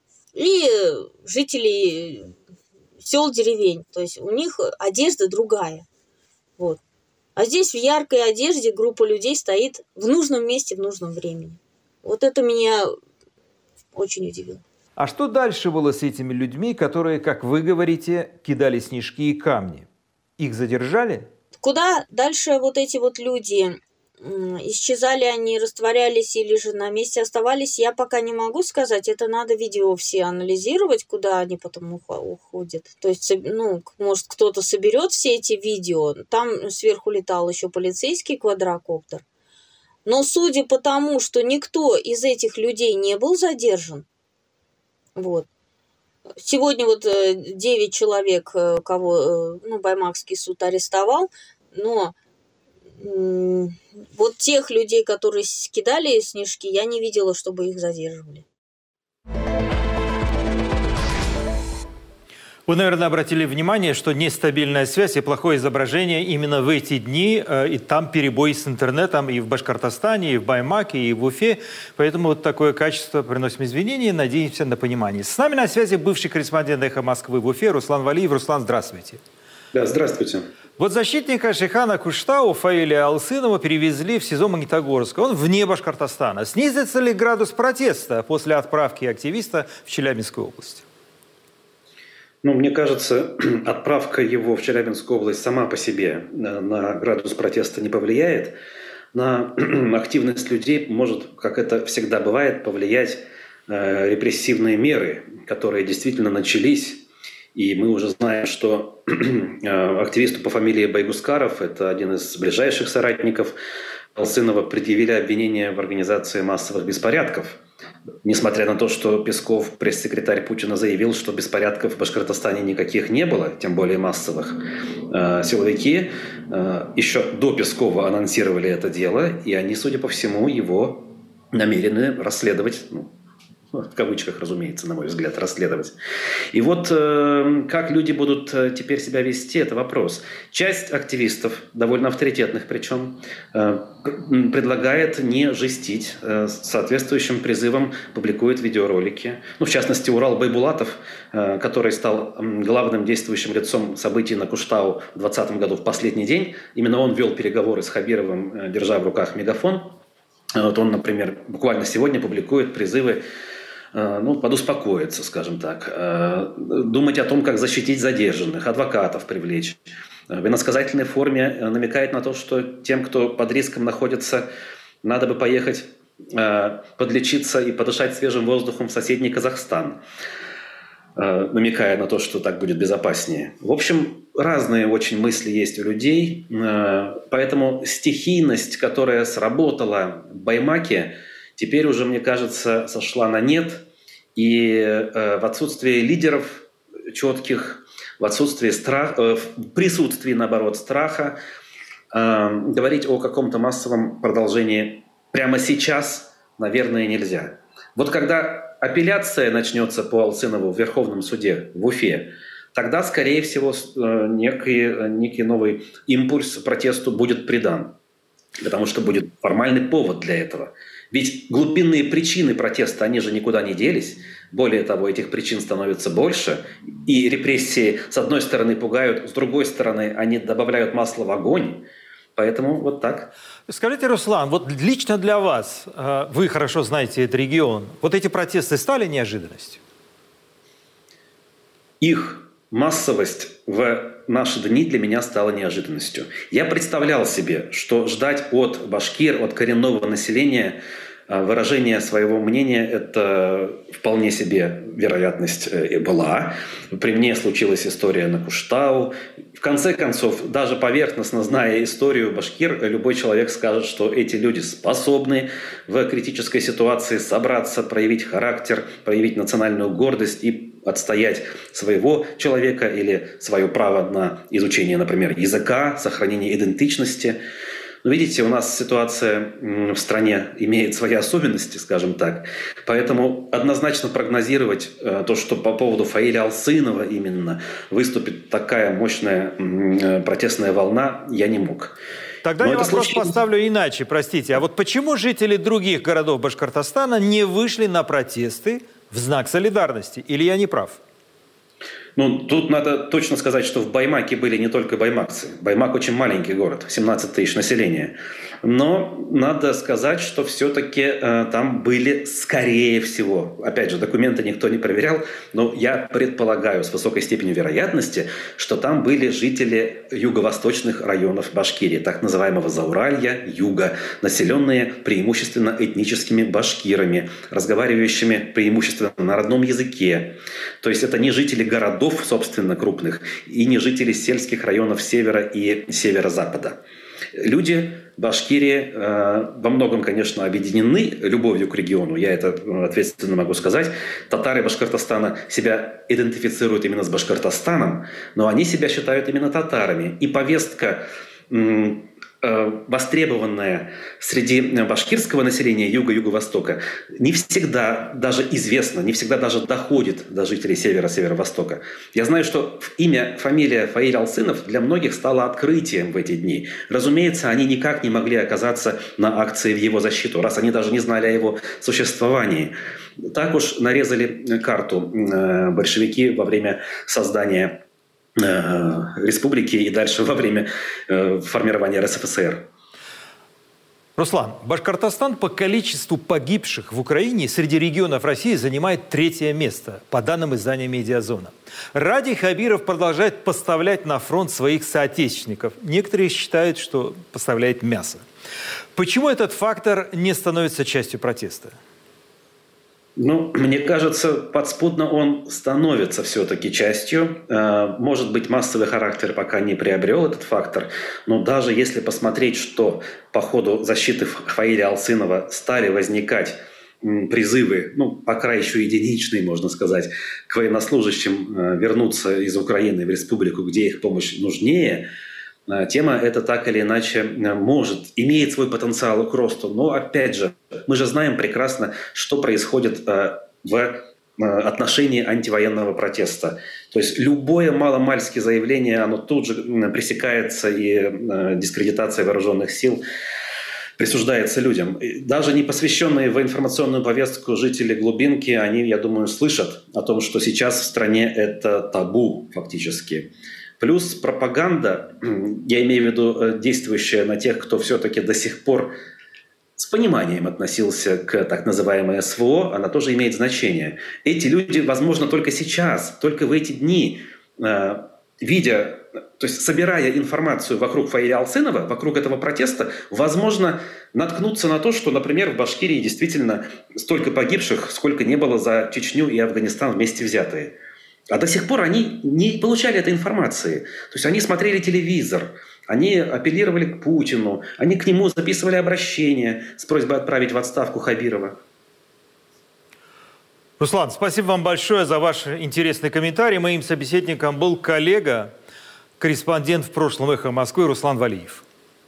и жителей сел, деревень. То есть у них одежда другая. Вот. А здесь в яркой одежде группа людей стоит в нужном месте, в нужном времени. Вот это меня очень удивило. А что дальше было с этими людьми, которые, как вы говорите, кидали снежки и камни? Их задержали? Куда дальше вот эти вот люди исчезали, они растворялись или же на месте оставались, я пока не могу сказать. Это надо видео все анализировать, куда они потом уходят. То есть, ну, может, кто-то соберет все эти видео. Там сверху летал еще полицейский квадрокоптер. Но судя по тому, что никто из этих людей не был задержан, вот. Сегодня вот девять человек, кого, ну, Баймакский суд арестовал, но вот тех людей, которые кидали снежки, я не видела, чтобы их задерживали. Вы, наверное, обратили внимание, что нестабильная связь и плохое изображение именно в эти дни, и там перебой с интернетом и в Башкортостане, и в Баймаке, и в Уфе. Поэтому вот такое качество, приносим извинения, надеемся на понимание. С нами на связи бывший корреспондент «Эхо Москвы» в Уфе Руслан Валиев. Руслан, здравствуйте. Да, здравствуйте. Вот защитника Шихана Куштау Фаиля Алсынова перевезли в СИЗО Магнитогорска. Он вне Башкортостана. Снизится ли градус протеста после отправки активиста в Челябинскую область? Ну, мне кажется, отправка его в Челябинскую область сама по себе на градус протеста не повлияет. на активность людей может, как это всегда бывает, повлиять э, репрессивные меры, которые действительно начались. И мы уже знаем, что э, активисту по фамилии Байгускаров, это один из ближайших соратников Алсынова, предъявили обвинение в организации массовых беспорядков. Несмотря на то, что Песков, пресс-секретарь Путина, заявил, что беспорядков в Башкортостане никаких не было, тем более массовых, э, силовики э, еще до Пескова анонсировали это дело, и они, судя по всему, его намерены расследовать, ну, в кавычках, разумеется, на мой взгляд, расследовать. И вот э, как люди будут теперь себя вести, это вопрос. Часть активистов, довольно авторитетных причем, э, предлагает не жестить, э, с соответствующим призывом публикует видеоролики. Ну, в частности, Урал Байбулатов, э, который стал главным действующим лицом событий на Куштау в двадцатом году в последний день, именно он вел переговоры с Хабировым, э, держа в руках мегафон. Вот он, например, буквально сегодня публикует призывы, ну, подуспокоиться, скажем так, думать о том, как защитить задержанных, адвокатов привлечь. В иносказательной форме намекает на то, что тем, кто под риском находится, надо бы поехать подлечиться и подышать свежим воздухом в соседний Казахстан, намекая на то, что так будет безопаснее. В общем, разные очень мысли есть у людей, поэтому стихийность, которая сработала в Баймаке, теперь уже, мне кажется, сошла на нет, и э, в отсутствии лидеров четких, в отсутствии страха, в присутствии, наоборот, страха, э, говорить о каком-то массовом продолжении прямо сейчас, наверное, нельзя. Вот когда апелляция начнется по Алсынову в Верховном суде в Уфе, тогда, скорее всего, э, некий, некий новый импульс протесту будет придан, потому что будет формальный повод для этого. Ведь глубинные причины протеста, они же никуда не делись. Более того, этих причин становится больше. И репрессии, с одной стороны, пугают, с другой стороны, они добавляют масла в огонь. Поэтому вот так. Скажите, Руслан, вот лично для вас, вы хорошо знаете этот регион, вот эти протесты стали неожиданностью? Их массовость в наши дни для меня стала неожиданностью. Я представлял себе, что ждать от башкир, от коренного населения выражения своего мнения – это вполне себе вероятность и была. При мне случилась история на Куштау. В конце концов, даже поверхностно зная историю башкир, любой человек скажет, что эти люди способны в критической ситуации собраться, проявить характер, проявить национальную гордость и отстоять своего человека или свое право на изучение, например, языка, сохранение идентичности. Но видите, у нас ситуация в стране имеет свои особенности, скажем так. Поэтому однозначно прогнозировать то, что по поводу Фаиля Алсынова именно выступит такая мощная протестная волна, я не мог. Тогда Но я вопрос случилось... поставлю иначе, простите. А вот почему жители других городов Башкортостана не вышли на протесты в знак солидарности? Или я не прав? Ну, тут надо точно сказать, что в Баймаке были не только баймакцы. Баймак очень маленький город, семнадцать тысяч населения. Но надо сказать, что все-таки э, там были, скорее всего, опять же, документы никто не проверял, но я предполагаю с высокой степенью вероятности, что там были жители юго-восточных районов Башкирии, так называемого Зауралья, юга, населенные преимущественно этническими башкирами, разговаривающими преимущественно на родном языке. То есть это не жители городов, собственно, крупных, и не жители сельских районов севера и северо-запада. Люди Башкирии э, во многом, конечно, объединены любовью к региону, я это ответственно могу сказать. Татары Башкортостана себя идентифицируют именно с Башкортостаном, но они себя считают именно татарами. И повестка, м- востребованная среди башкирского населения юга, юго-востока, не всегда даже известна, не всегда даже доходит до жителей севера, северо-востока. Я знаю, что имя, фамилия Фаиль Алсынов для многих стало открытием в эти дни. Разумеется, они никак не могли оказаться на акции в его защиту, раз они даже не знали о его существовании. Так уж нарезали карту большевики во время создания республики и дальше во время э, формирования эр эс эф эс эр. Руслан, Башкортостан по количеству погибших в Украине среди регионов России занимает третье место, по данным издания «Медиазона». Ради Хабиров продолжает поставлять на фронт своих соотечественников. Некоторые считают, что поставляет мясо. Почему этот фактор не становится частью протеста? Ну, мне кажется, подспудно он становится все-таки частью. Может быть, массовый характер пока не приобрел этот фактор, но даже если посмотреть, что по ходу защиты Фаиля Алсынова стали возникать призывы, ну, пока еще единичные, можно сказать, к военнослужащим вернуться из Украины в республику, где их помощь нужнее, тема эта так или иначе может, имеет свой потенциал к росту. Но опять же, мы же знаем прекрасно, что происходит в отношении антивоенного протеста. То есть любое маломальское заявление, оно тут же пресекается, и дискредитация вооруженных сил присуждается людям. Даже не посвященные в информационную повестку жители глубинки, они, я думаю, слышат о том, что сейчас в стране это табу фактически. Плюс пропаганда, я имею в виду действующая на тех, кто все-таки до сих пор с пониманием относился к так называемой СВО, она тоже имеет значение. Эти люди, возможно, только сейчас, только в эти дни, видя, то есть собирая информацию вокруг Фаиля Алсынова, вокруг этого протеста, возможно, наткнуться на то, что, например, в Башкирии действительно столько погибших, сколько не было за Чечню и Афганистан вместе взятые. А до сих пор они не получали этой информации. То есть они смотрели телевизор, они апеллировали к Путину, они к нему записывали обращения с просьбой отправить в отставку Хабирова. Руслан, спасибо вам большое за ваш интересный комментарий. Моим собеседником был коллега, корреспондент в прошлом «Эхо Москвы» Руслан Валиев.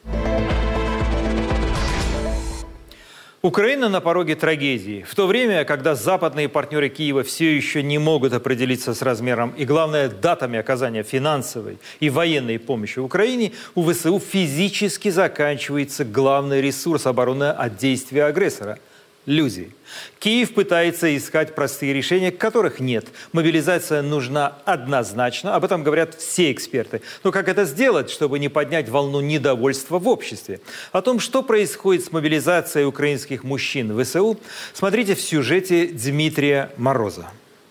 Украина на пороге трагедии. В то время, когда западные партнеры Киева все еще не могут определиться с размером и, главное, датами оказания финансовой и военной помощи Украине, у ВСУ физически заканчивается главный ресурс обороны от действия агрессора – люди. Киев пытается искать простые решения, которых нет. Мобилизация нужна однозначно, об этом говорят все эксперты. Но как это сделать, чтобы не поднять волну недовольства в обществе? О том, что происходит с мобилизацией украинских мужчин в ВСУ, смотрите в сюжете Дмитрия Мороза.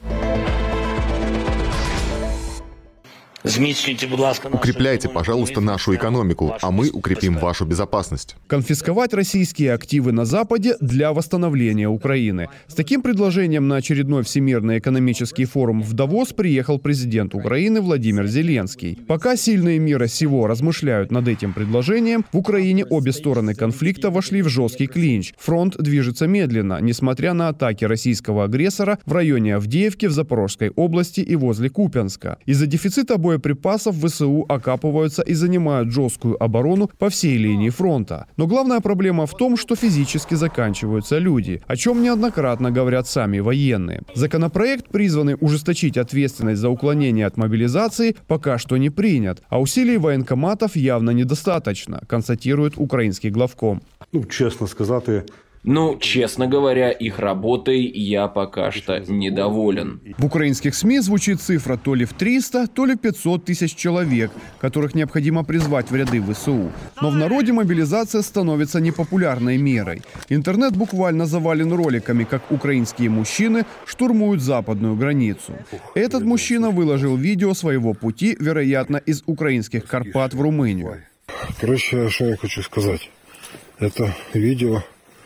Укрепляйте, пожалуйста, нашу экономику, а мы укрепим вашу безопасность. Конфисковать российские активы на Западе для восстановления Украины. С таким предложением на очередной Всемирный экономический форум в Давос приехал президент Украины Владимир Зеленский. Пока сильные мира сего размышляют над этим предложением, в Украине обе стороны конфликта вошли в жесткий клинч. Фронт движется медленно, несмотря на атаки российского агрессора в районе Авдеевки, в Запорожской области и возле Купянска. Из-за дефицита боеприпасов Боеприпасов ВСУ окапываются и занимают жесткую оборону по всей линии фронта. Но главная проблема в том, что физически заканчиваются люди, о чем неоднократно говорят сами военные. Законопроект, призванный ужесточить ответственность за уклонение от мобилизации, пока что не принят, а усилий военкоматов явно недостаточно, констатирует украинский главком. Ну, честно сказати, Ну, честно говоря, их работой я пока что недоволен. В украинских СМИ звучит цифра то ли в триста, то ли в пятьсот тысяч человек, которых необходимо призвать в ряды ВСУ. Но в народе мобилизация становится непопулярной мерой. Интернет буквально завален роликами, как украинские мужчины штурмуют западную границу. Этот мужчина выложил видео своего пути, вероятно, из украинских Карпат в Румынию. Короче, что я хочу сказать. Это видео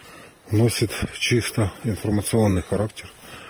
носит чисто информационный характер.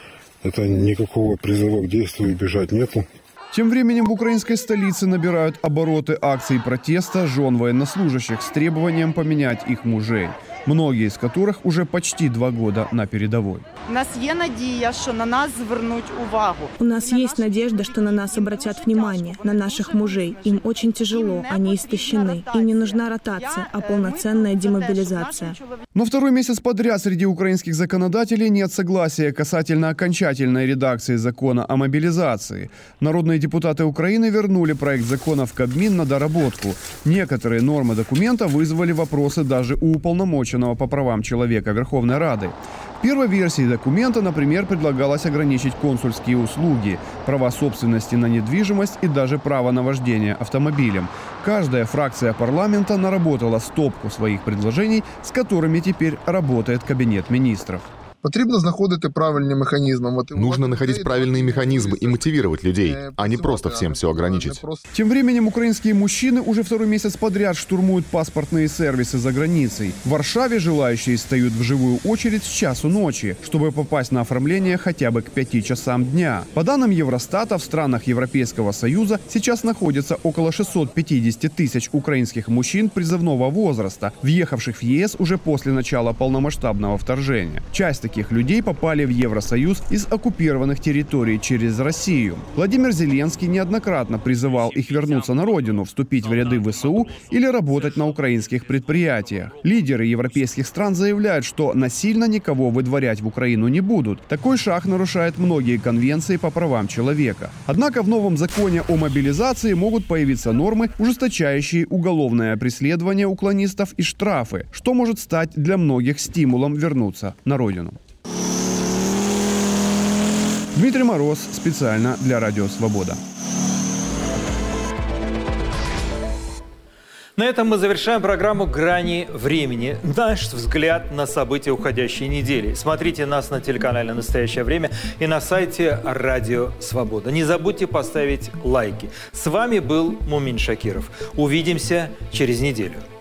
Это никакого призыва к действию бежать нету. Тем временем в украинской столице набирают обороты акций протеста жен военнослужащих с требованием поменять их мужей, многие из которых уже почти два года на передовой. У нас есть надежда, что на нас звернуть увагу. У нас есть надежда, что на нас обратят внимание, на наших мужей. Им очень тяжело, они истощены. Им не нужна ротация, а полноценная демобилизация. Но второй месяц подряд среди украинских законодателей нет согласия касательно окончательной редакции закона о мобилизации. Народные депутаты Украины вернули проект закона в Кабмин на доработку. Некоторые нормы документа вызвали вопросы даже у уполномоченного по правам человека Верховной Рады. В первой версии документа, например, предлагалось ограничить консульские услуги, права собственности на недвижимость и даже право на вождение автомобилем. Каждая фракция парламента наработала стопку своих предложений, с которыми теперь работает Кабинет министров. Потрібно знаходити правильні механізмы. Нужно находить правильные механизмы и мотивировать людей, а не просто всем все ограничить. Тем временем украинские мужчины уже второй месяц подряд штурмуют паспортные сервисы за границей. В Варшаве желающие встают в живую очередь с часу ночи, чтобы попасть на оформление хотя бы к пяти часам дня. По данным Евростата, в странах Европейского Союза сейчас находится около шестисот пятидесяти тысяч украинских мужчин призывного возраста, въехавших в ЕС уже после начала полномасштабного вторжения. Часть таких людей попали в Евросоюз из оккупированных территорий через Россию. Владимир Зеленский неоднократно призывал их вернуться на родину, вступить в ряды ВСУ или работать на украинских предприятиях. Лидеры европейских стран заявляют, что насильно никого выдворять в Украину не будут. Такой шаг нарушает многие конвенции по правам человека. Однако в новом законе о мобилизации могут появиться нормы, ужесточающие уголовное преследование уклонистов и штрафы, что может стать для многих стимулом вернуться на родину. Дмитрий Мороз специально для Радио Свобода. На этом мы завершаем программу «Грани времени». Наш взгляд на события уходящей недели. Смотрите нас на телеканале «Настоящее время» и на сайте Радио Свобода. Не забудьте поставить лайки. С вами был Мумин Шакиров. Увидимся через неделю.